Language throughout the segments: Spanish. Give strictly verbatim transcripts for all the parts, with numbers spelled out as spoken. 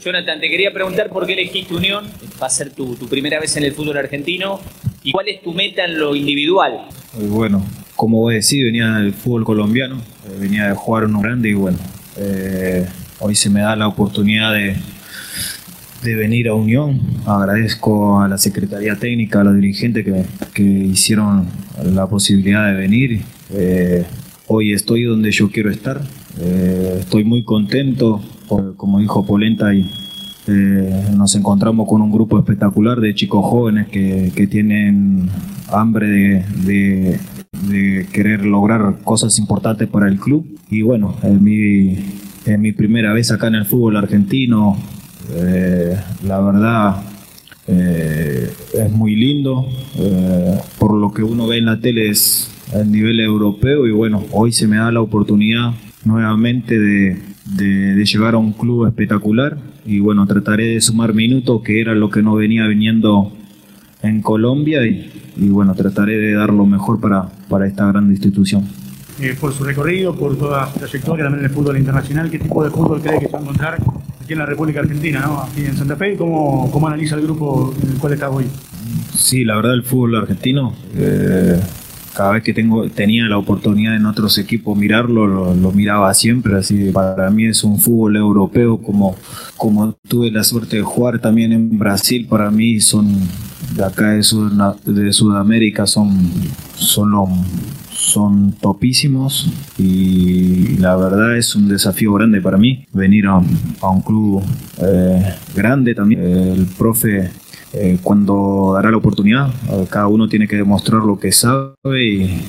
Jonathan, te quería preguntar por qué elegiste Unión. Va a ser tu, tu primera vez en el fútbol argentino. ¿Y cuál es tu meta en lo individual? Bueno, como vos decís, venía del fútbol colombiano, eh, venía de jugar uno grande y bueno, eh, hoy se me da la oportunidad de, de venir a Unión. Agradezco a la Secretaría Técnica, a los dirigentes que, que hicieron la posibilidad de venir. Eh, hoy estoy donde yo quiero estar, eh, estoy muy contento. Como dijo Polenta, y, eh, nos encontramos con un grupo espectacular de chicos jóvenes que, que tienen hambre de, de, de querer lograr cosas importantes para el club. Y bueno, es mi, es mi primera vez acá en el fútbol argentino. Eh, la verdad eh, es muy lindo. Eh, por lo que uno ve en la tele es el nivel europeo y bueno, hoy se me da la oportunidad nuevamente de, de, de llegar a un club espectacular y bueno, trataré de sumar minutos, que era lo que no venía viniendo en Colombia y, y bueno, trataré de dar lo mejor para, para esta gran institución. Eh, por su recorrido, por toda su trayectoria también en el fútbol internacional, ¿qué tipo de fútbol cree que se va a encontrar aquí en la República Argentina, ¿no? Aquí en Santa Fe? ¿Cómo, cómo analiza el grupo en el cual está hoy? Sí, la verdad el fútbol argentino, eh, cada vez que tengo, tenía la oportunidad en otros equipos mirarlo, lo, lo miraba siempre, así para mí es un fútbol europeo, como, como tuve la suerte de jugar también en Brasil, para mí son de acá de, Sud, de Sudamérica, son, son, los, son topísimos y la verdad es un desafío grande para mí, venir a, a un club eh, grande también, el profe... Eh, cuando dará la oportunidad, eh, cada uno tiene que demostrar lo que sabe y,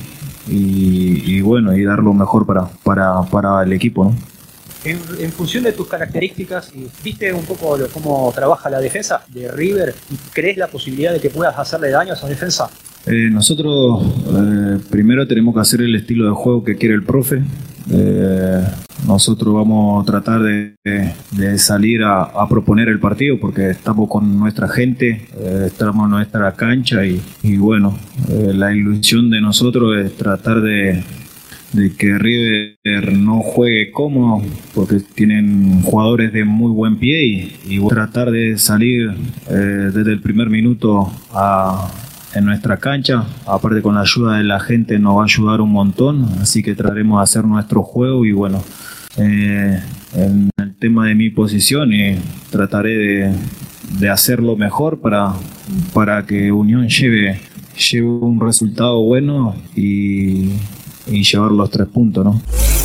y, y bueno, y dar lo mejor para, para, para el equipo, ¿no? En, en función de tus características, ¿viste un poco cómo trabaja la defensa de River? ¿Crees la posibilidad de que puedas hacerle daño a esa defensa? Eh, nosotros eh, primero tenemos que hacer el estilo de juego que quiere el profe. Eh, nosotros vamos a tratar de, de, de salir a, a proponer el partido porque estamos con nuestra gente, eh, estamos en nuestra cancha y, y bueno, eh, la ilusión de nosotros es tratar de, de que River no juegue cómodo porque tienen jugadores de muy buen pie y, y tratar de salir eh, desde el primer minuto a en nuestra cancha, aparte con la ayuda de la gente nos va a ayudar un montón, así que trataremos de hacer nuestro juego y bueno, eh, en el tema de mi posición eh, trataré de, de hacerlo mejor para, para que Unión lleve, lleve un resultado bueno y, y llevar los tres puntos, ¿no?